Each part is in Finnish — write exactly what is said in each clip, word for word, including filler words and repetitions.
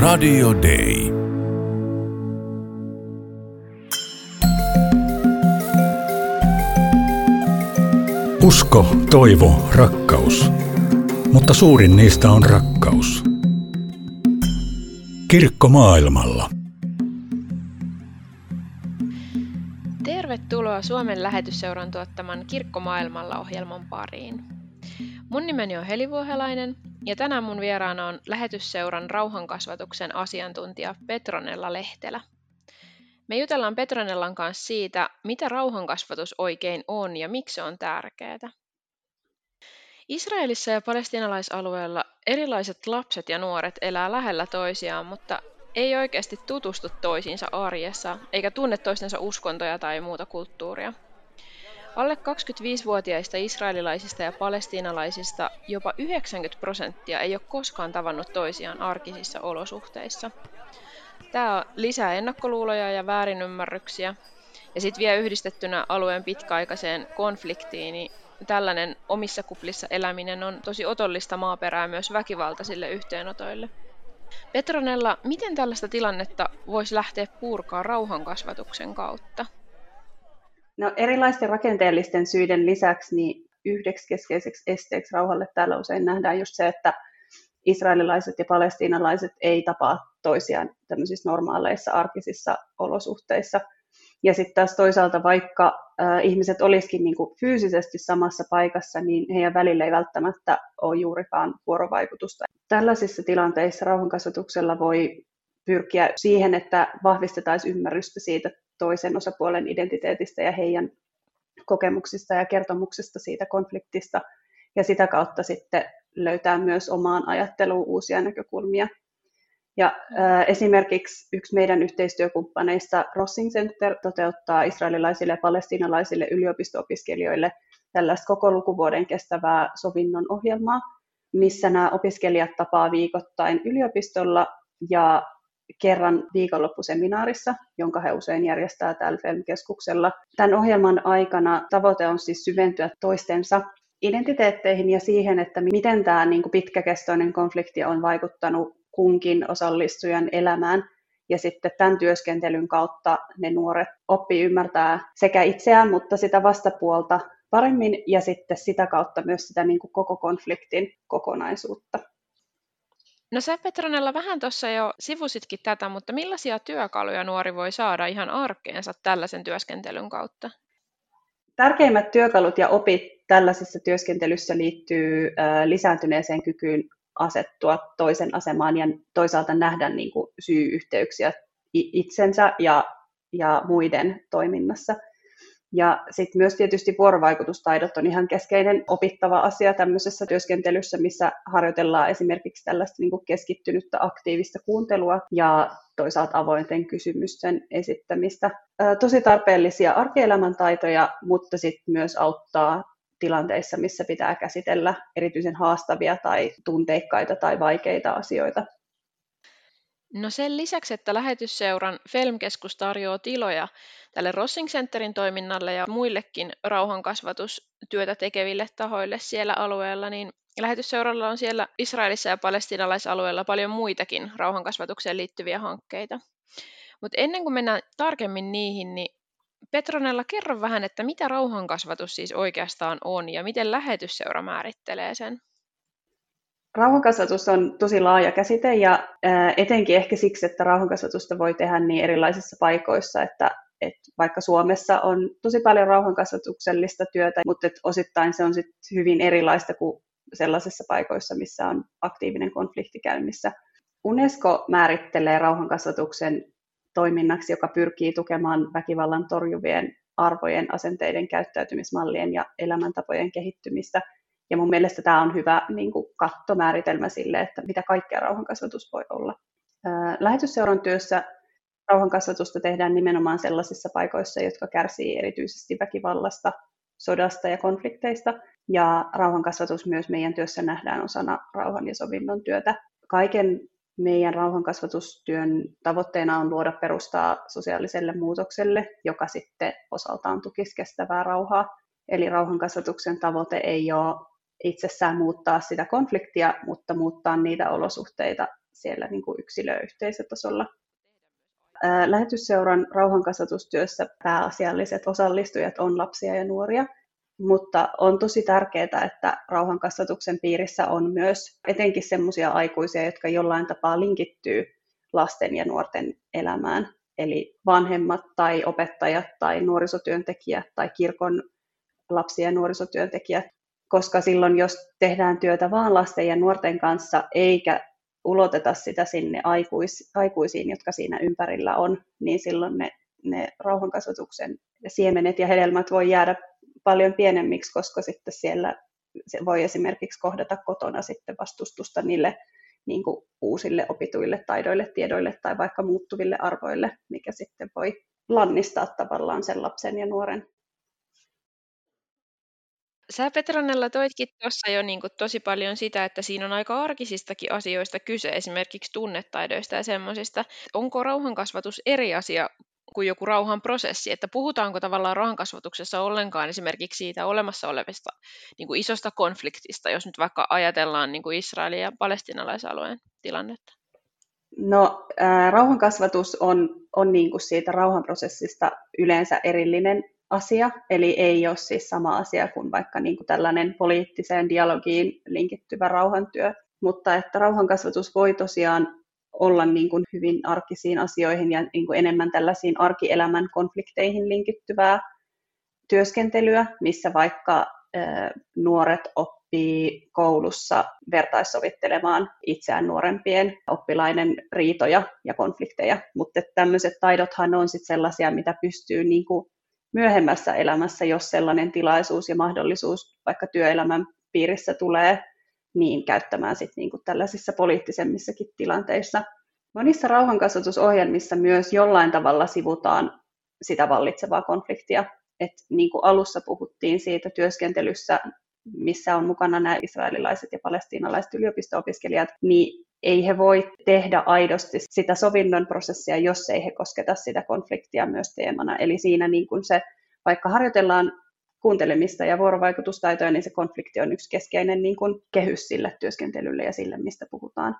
Radio Day. Usko, toivo, rakkaus. Mutta suurin niistä on rakkaus. Kirkko maailmalla. Tervetuloa Suomen Lähetysseuran tuottaman Kirkko maailmalla -ohjelman pariin. Mun nimeni on Heli Vuohelainen ja tänään mun vieraana on Lähetysseuran rauhankasvatuksen asiantuntija Petronella Lehtelä. Me jutellaan Petronellan kanssa siitä, mitä rauhankasvatus oikein on ja miksi se on tärkeää. Israelissa ja palestiinalaisalueella erilaiset lapset ja nuoret elää lähellä toisiaan, mutta ei oikeasti tutustu toisiinsa arjessa, eikä tunne toistensa uskontoja tai muuta kulttuuria. Alle kaksikymmentäviisivuotiaista israelilaisista ja palestiinalaisista jopa yhdeksänkymmentä prosenttia ei ole koskaan tavannut toisiaan arkisissa olosuhteissa. Tämä lisää ennakkoluuloja ja väärinymmärryksiä, ja sitten vielä yhdistettynä alueen pitkäaikaiseen konfliktiin, niin tällainen omissa kuplissa eläminen on tosi otollista maaperää myös väkivaltaisille yhteenotoille. Petronella, miten tällaista tilannetta voisi lähteä purkaa rauhankasvatuksen kautta? No, erilaisten rakenteellisten syiden lisäksi niin yhdeksi keskeiseksi esteeksi rauhalle täällä usein nähdään just se, että israelilaiset ja palestiinalaiset ei tapaa toisiaan tämmöisissä normaaleissa arkisissa olosuhteissa. Ja sitten taas toisaalta, vaikka äh, ihmiset olisikin niinku fyysisesti samassa paikassa, niin heidän välillä ei välttämättä ole juurikaan vuorovaikutusta. Tällaisissa tilanteissa rauhankasvatuksella voi pyrkiä siihen, että vahvistetaan ymmärrystä siitä toisen osapuolen identiteetistä ja heidän kokemuksista ja kertomuksista siitä konfliktista, ja sitä kautta sitten löytää myös omaan ajatteluun uusia näkökulmia. Ja äh, esimerkiksi yksi meidän yhteistyökumppaneista, Rossing Center, toteuttaa israelilaisille ja palestiinalaisille yliopisto-opiskelijoille tällaista koko lukuvuoden kestävää sovinnon ohjelmaa, missä nämä opiskelijat tapaa viikoittain yliopistolla ja kerran viikonloppuseminaarissa, jonka he usein järjestää täällä F E M-keskuksella. Tämän ohjelman aikana tavoite on siis syventyä toistensa identiteetteihin ja siihen, että miten tämä niin kuin pitkäkestoinen konflikti on vaikuttanut kunkin osallistujan elämään. Ja sitten tämän työskentelyn kautta ne nuoret oppii ymmärtää sekä itseään, mutta sitä vastapuolta paremmin ja sitten sitä kautta myös sitä niin kuin koko konfliktin kokonaisuutta. No sä, Petronella, vähän tuossa jo sivusitkin tätä, mutta millaisia työkaluja nuori voi saada ihan arkeensa tällaisen työskentelyn kautta? Tärkeimmät työkalut ja opit tällaisessa työskentelyssä liittyy lisääntyneeseen kykyyn asettua toisen asemaan ja toisaalta nähdä niin kuin syy-yhteyksiä itsensä ja, ja muiden toiminnassa. Ja sitten myös tietysti vuorovaikutustaidot on ihan keskeinen opittava asia tämmöisessä työskentelyssä, missä harjoitellaan esimerkiksi tällaista niin kuin keskittynyttä aktiivista kuuntelua ja toisaalta avointen kysymysten esittämistä. Tosi tarpeellisia arkielämän taitoja, mutta sitten myös auttaa tilanteissa, missä pitää käsitellä erityisen haastavia tai tunteikkaita tai vaikeita asioita. No sen lisäksi, että Lähetysseuran F E M-keskus tarjoaa tiloja tälle Rossing Centerin toiminnalle ja muillekin rauhankasvatustyötä tekeville tahoille siellä alueella, niin Lähetysseuralla on siellä Israelissa ja palestiinalaisalueella paljon muitakin rauhankasvatukseen liittyviä hankkeita. Mutta ennen kuin mennään tarkemmin niihin, niin Petronella, kerro vähän, että mitä rauhankasvatus siis oikeastaan on ja miten Lähetysseura määrittelee sen? Rauhankasvatus on tosi laaja käsite ja etenkin ehkä siksi, että rauhankasvatusta voi tehdä niin erilaisissa paikoissa, että, että vaikka Suomessa on tosi paljon rauhankasvatuksellista työtä, mutta että osittain se on sit hyvin erilaista kuin sellaisissa paikoissa, missä on aktiivinen konflikti käynnissä. UNESCO määrittelee rauhankasvatuksen toiminnaksi, joka pyrkii tukemaan väkivallan torjuvien arvojen, asenteiden, käyttäytymismallien ja elämäntapojen kehittymistä. Ja mun mielestä tämä on hyvä niin kuin kattomääritelmä sille, että mitä kaikkea rauhankasvatus voi olla. Lähetysseuran työssä rauhankasvatusta tehdään nimenomaan sellaisissa paikoissa, jotka kärsii erityisesti väkivallasta, sodasta ja konflikteista. Ja rauhankasvatus myös meidän työssä nähdään osana rauhan ja sovinnon työtä. Kaiken meidän rauhankasvatustyön tavoitteena on luoda perustaa sosiaaliselle muutokselle, joka sitten osaltaan tukisi kestävää rauhaa. Eli rauhankasvatuksen tavoite ei ole itsessään muuttaa sitä konfliktia, mutta muuttaa niitä olosuhteita siellä niin kuin yksilöyhteisötasolla. Lähetysseuran rauhankasvatustyössä pääasialliset osallistujat on lapsia ja nuoria, mutta on tosi tärkeää, että rauhankasvatuksen piirissä on myös etenkin sellaisia aikuisia, jotka jollain tapaa linkittyy lasten ja nuorten elämään. Eli vanhemmat tai opettajat tai nuorisotyöntekijät tai kirkon lapsi- ja nuorisotyöntekijät, koska silloin jos tehdään työtä vain lasten ja nuorten kanssa eikä uloteta sitä sinne aikuis, aikuisiin, jotka siinä ympärillä on, niin silloin ne, ne rauhankasvatuksen siemenet ja hedelmät voi jäädä paljon pienemmiksi, koska sitten siellä se voi esimerkiksi kohdata kotona sitten vastustusta niille niin kuin uusille opituille taidoille, tiedoille tai vaikka muuttuville arvoille, mikä sitten voi lannistaa tavallaan sen lapsen ja nuoren. Sä Petronella toitkin tuossa jo niin kuin tosi paljon sitä, että siinä on aika arkisistakin asioista kyse, esimerkiksi tunnetaidoista ja semmoisista. Onko rauhankasvatus eri asia kuin joku rauhanprosessi, että puhutaanko tavallaan rauhankasvatuksessa ollenkaan esimerkiksi siitä olemassa olevasta niin kuin isosta konfliktista, jos nyt vaikka ajatellaan niin kuin Israelin ja palestiinalaisalueen tilannetta? No, äh, rauhankasvatus on, on niin kuin siitä rauhanprosessista yleensä erillinen asia, eli ei ole siis sama asia kuin vaikka niin kuin tällainen poliittiseen dialogiin linkittyvä rauhantyö, mutta että rauhankasvatus voi tosiaan olla niin kuin hyvin arkisiin asioihin ja niin kuin enemmän tällaisiin arkielämän konflikteihin linkittyvää työskentelyä, missä vaikka äh, nuoret oppii koulussa vertaissovittelemaan itseään nuorempien oppilaiden riitoja ja konflikteja, mutta tämmöiset taidothan on sitten sellaisia, mitä pystyy niin kuin myöhemmässä elämässä, jos sellainen tilaisuus ja mahdollisuus vaikka työelämän piirissä tulee, niin käyttämään sitten niin kuin tällaisissa poliittisemmissakin tilanteissa. Monissa rauhankasvatusohjelmissa myös jollain tavalla sivutaan sitä vallitsevaa konfliktia. Et niin kuin alussa puhuttiin siitä työskentelyssä, missä on mukana nämä israelilaiset ja palestiinalaiset yliopisto-opiskelijat, niin ei he voi tehdä aidosti sitä sovinnon prosessia, jos ei he kosketa sitä konfliktia myös teemana. Eli siinä niin kuin se, vaikka harjoitellaan kuuntelemista ja vuorovaikutustaitoja, niin se konflikti on yksi keskeinen niin kuin kehys sille työskentelylle ja sille, mistä puhutaan.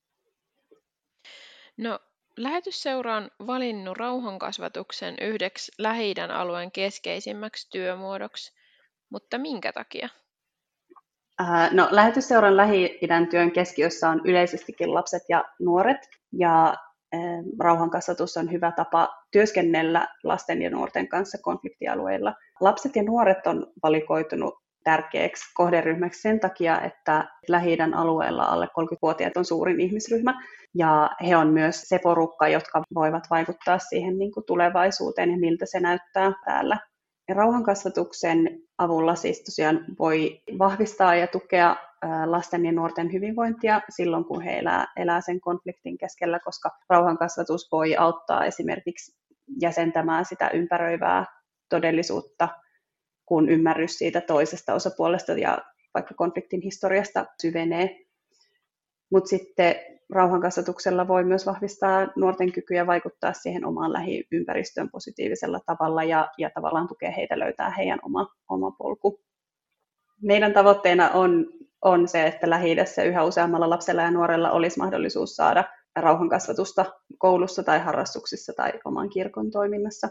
No, lähetysseura on valinnut rauhankasvatuksen yhdeksi Lähi-idän alueen keskeisimmäksi työmuodoksi, mutta minkä takia? No, lähetysseuran Lähi-idän työn keskiössä on yleisestikin lapset ja nuoret, ja rauhankasvatus on hyvä tapa työskennellä lasten ja nuorten kanssa konfliktialueilla. Lapset ja nuoret on valikoitunut tärkeäksi kohderyhmäksi sen takia, että Lähi-idän alueella alle kolmekymmentävuotiaat on suurin ihmisryhmä, ja he on myös se porukka, jotka voivat vaikuttaa siihen niin kuin tulevaisuuteen ja miltä se näyttää täällä. Ja rauhankasvatuksen avulla siis tosiaan voi vahvistaa ja tukea lasten ja nuorten hyvinvointia silloin, kun he elää, elää sen konfliktin keskellä, koska rauhankasvatus voi auttaa esimerkiksi jäsentämään sitä ympäröivää todellisuutta, kun ymmärrys siitä toisesta osapuolesta ja vaikka konfliktin historiasta syvenee. Mutta sitten rauhankasvatuksella voi myös vahvistaa nuorten kykyä vaikuttaa siihen omaan lähiympäristöön positiivisella tavalla ja, ja tavallaan tukea heitä löytää heidän oma, oma polku. Meidän tavoitteena on, on se, että Lähi-idässä yhä useammalla lapsella ja nuorella olisi mahdollisuus saada rauhankasvatusta koulussa tai harrastuksissa tai oman kirkon toiminnassa.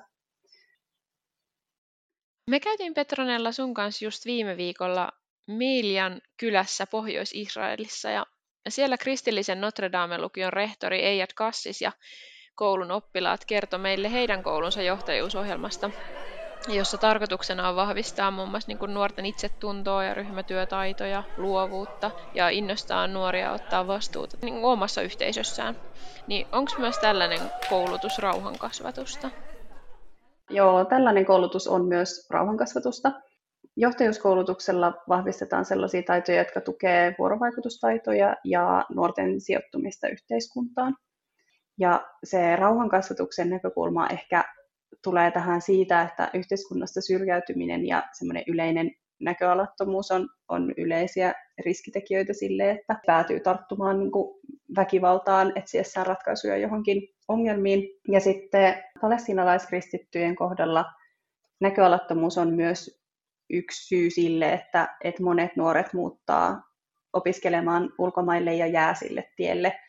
Me käytiin Petronella sun kanssa just viime viikolla Miljan kylässä Pohjois-Israelissa ja siellä kristillisen Notre Dame-lukion rehtori Eijat Kassis ja koulun oppilaat kertoi meille heidän koulunsa johtajuusohjelmasta, jossa tarkoituksena on vahvistaa muun muassa niin kuin nuorten itsetuntoa ja ryhmätyötaitoja, luovuutta ja innostaa nuoria ottaa vastuuta niin kuin omassa yhteisössään. Niin onko myös tällainen koulutus rauhankasvatusta? Joo, tällainen koulutus on myös rauhankasvatusta. Johtajuuskoulutuksella vahvistetaan sellaisia taitoja, jotka tukee vuorovaikutustaitoja ja nuorten sijoittumista yhteiskuntaan. Ja se rauhankasvatuksen näkökulma ehkä tulee tähän siitä, että yhteiskunnasta syrjäytyminen ja semmoinen yleinen näköalattomuus on, on yleisiä riskitekijöitä sille, että päätyy tarttumaan niin kuin väkivaltaan etsiessään ratkaisuja johonkin ongelmiin. Ja sitten palestiinalaiskristittyjen kohdalla näköalattomuus on myös yksi syy sille, että, että monet nuoret muuttaa opiskelemaan ulkomaille ja jää sille tielle,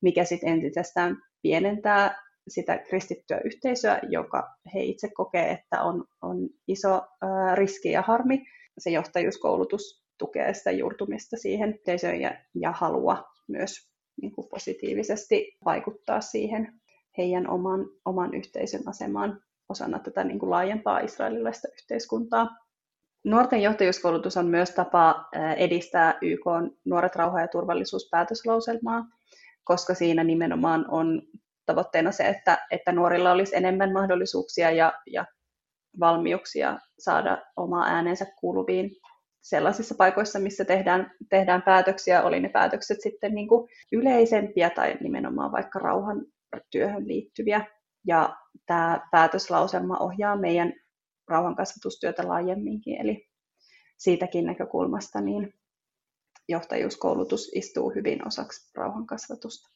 mikä sitten entisestään pienentää sitä kristittyä yhteisöä, joka he itse kokee, että on, on iso ää, riski ja harmi. Se johtajuuskoulutus tukee sitä juurtumista siihen yhteisöön ja, ja halua myös niin kuin positiivisesti vaikuttaa siihen heidän oman, oman yhteisön asemaan osana tätä niin kuin laajempaa israelilaista yhteiskuntaa. Nuorten johtajuuskoulutus on myös tapa edistää Y K:n Nuoret, rauha ja turvallisuuspäätöslauselmaa, koska siinä nimenomaan on tavoitteena se, että, että nuorilla olisi enemmän mahdollisuuksia ja, ja valmiuksia saada omaa äänensä kuuluviin sellaisissa paikoissa, missä tehdään, tehdään päätöksiä, oli ne päätökset sitten niin kuin yleisempiä tai nimenomaan vaikka rauhan työhön liittyviä. Ja tämä päätöslauselma ohjaa meidän rauhankasvatustyötä laajemminkin, eli siitäkin näkökulmasta niin johtajuuskoulutus istuu hyvin osaksi rauhankasvatusta.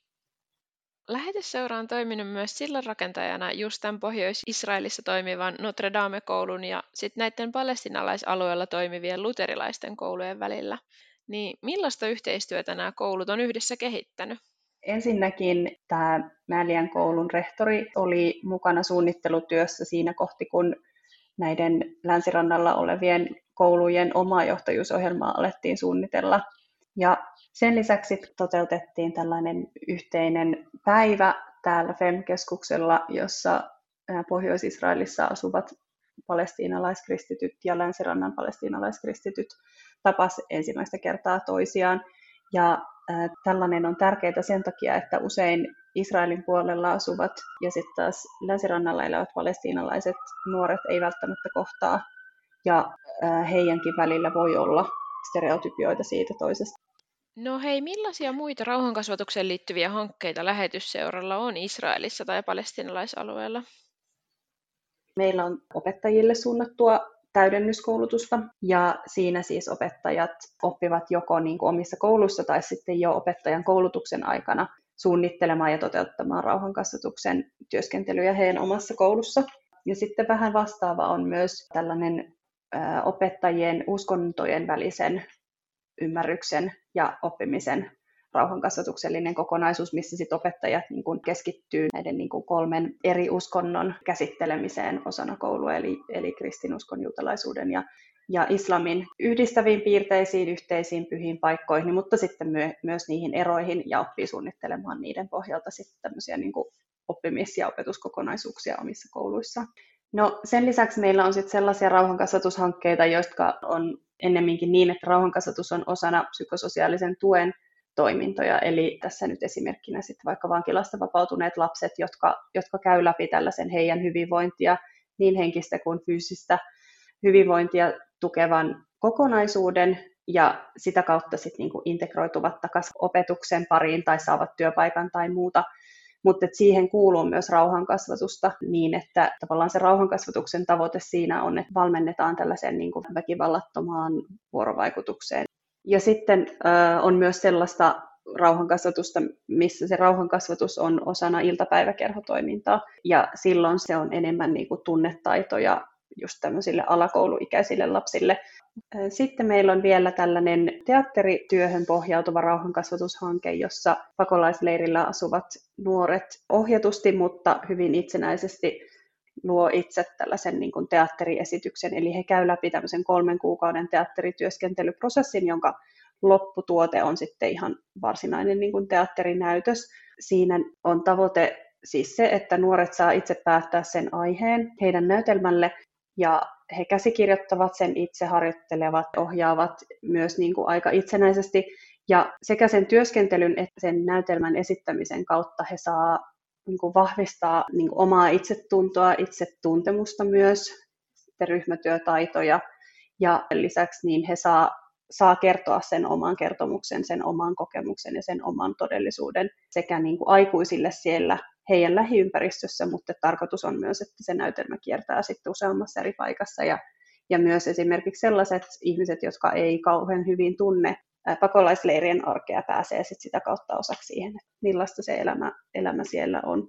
Lähetysseura on toiminut myös sillanrakentajana just tämän Pohjois-Israelissa toimivan Notre Dame-koulun ja sitten näiden palestiinalaisalueella toimivien luterilaisten koulujen välillä. Niin millaista yhteistyötä nämä koulut on yhdessä kehittänyt? Ensinnäkin tämä Mäliän koulun rehtori oli mukana suunnittelutyössä siinä kohti, kun näiden länsirannalla olevien koulujen omaa johtajuusohjelmaa alettiin suunnitella. Ja sen lisäksi toteutettiin tällainen yhteinen päivä täällä F E M-keskuksella, jossa Pohjois-Israelissa asuvat palestiinalaiskristityt ja länsirannan palestiinalaiskristityt tapasivat ensimmäistä kertaa toisiaan. Ja äh, tällainen on tärkeää sen takia, että usein Israelin puolella asuvat ja sitten taas länsirannalla elävät palestiinalaiset nuoret ei välttämättä kohtaa. Ja äh, heidänkin välillä voi olla stereotypioita siitä toisesta. No hei, millaisia muita rauhankasvatukseen liittyviä hankkeita lähetysseuralla on Israelissa tai palestiinalaisalueella? Meillä on opettajille suunnattua täydennyskoulutusta ja siinä siis opettajat oppivat joko niin kuin omissa kouluissa tai sitten jo opettajan koulutuksen aikana suunnittelemaan ja toteuttamaan rauhankasvatuksen työskentelyjä heidän omassa koulussa. Ja sitten vähän vastaava on myös tällainen ä, opettajien uskontojen välisen ymmärryksen ja oppimisen rauhankasvatuksellinen kokonaisuus, missä sit opettajat niin kun keskittyy näiden niin kun kolmen eri uskonnon käsittelemiseen osana koulua, eli, eli kristinuskon, juutalaisuuden ja, ja islamin yhdistäviin piirteisiin, yhteisiin pyhiin paikkoihin, mutta sitten myö, myös niihin eroihin ja oppii suunnittelemaan niiden pohjalta sitten tämmöisiä niin kun oppimis- ja opetuskokonaisuuksia omissa kouluissa. No, sen lisäksi meillä on sitten sellaisia rauhankasvatushankkeita, jotka on ennemminkin niin, että rauhankasvatus on osana psykososiaalisen tuen toimintoja. Eli tässä nyt esimerkkinä sitten vaikka vankilasta vapautuneet lapset, jotka, jotka käy läpi tällaisen heidän hyvinvointia, niin henkistä kuin fyysistä hyvinvointia tukevan kokonaisuuden, ja sitä kautta sitten niinku integroituvat takaisin opetuksen pariin tai saavat työpaikan tai muuta. Mutta siihen kuuluu myös rauhankasvatusta niin, että tavallaan se rauhankasvatuksen tavoite siinä on, että valmennetaan tällaiseen niin kuin väkivallattomaan vuorovaikutukseen. Ja sitten äh, on myös sellaista rauhankasvatusta, missä se rauhankasvatus on osana iltapäiväkerhotoimintaa. Ja silloin se on enemmän niin kuin tunnetaitoja just tämmöisille alakouluikäisille lapsille. Sitten meillä on vielä tällainen teatterityöhön pohjautuva rauhankasvatushanke, jossa pakolaisleirillä asuvat nuoret ohjatusti, mutta hyvin itsenäisesti luo itse tällaisen niin kuin teatteriesityksen. Eli he käy läpi tämmöisen kolmen kuukauden teatterityöskentelyprosessin, jonka lopputuote on sitten ihan varsinainen niin kuin teatterinäytös. Siinä on tavoite siis se, että nuoret saa itse päättää sen aiheen heidän näytelmälle, ja he käsikirjoittavat sen itse, harjoittelevat, ohjaavat myös niin kuin aika itsenäisesti. Ja sekä sen työskentelyn että sen näytelmän esittämisen kautta he saa niin kuin vahvistaa niin kuin omaa itsetuntoa, itsetuntemusta myös, sitten ryhmätyötaitoja. Ja lisäksi niin he saa, saa kertoa sen oman kertomuksen, sen oman kokemuksen ja sen oman todellisuuden sekä niin kuin aikuisille siellä heidän lähiympäristössä, mutta tarkoitus on myös, että se näytelmä kiertää sitten useammassa eri paikassa. Ja, ja myös esimerkiksi sellaiset ihmiset, jotka ei kauhean hyvin tunne pakolaisleirien arkea, pääsee sit sitä kautta osaksi siihen, että millaista se elämä, elämä siellä on.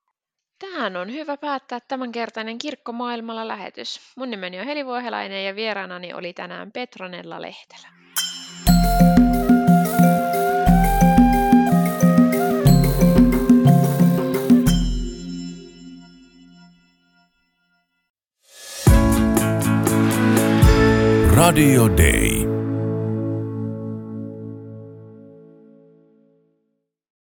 Tähän on hyvä päättää tämänkertainen Kirkko maailmalla lähetys. Mun nimeni on Heli Vuohelainen ja vieraanani oli tänään Petronella Lehtelä. Radio Day.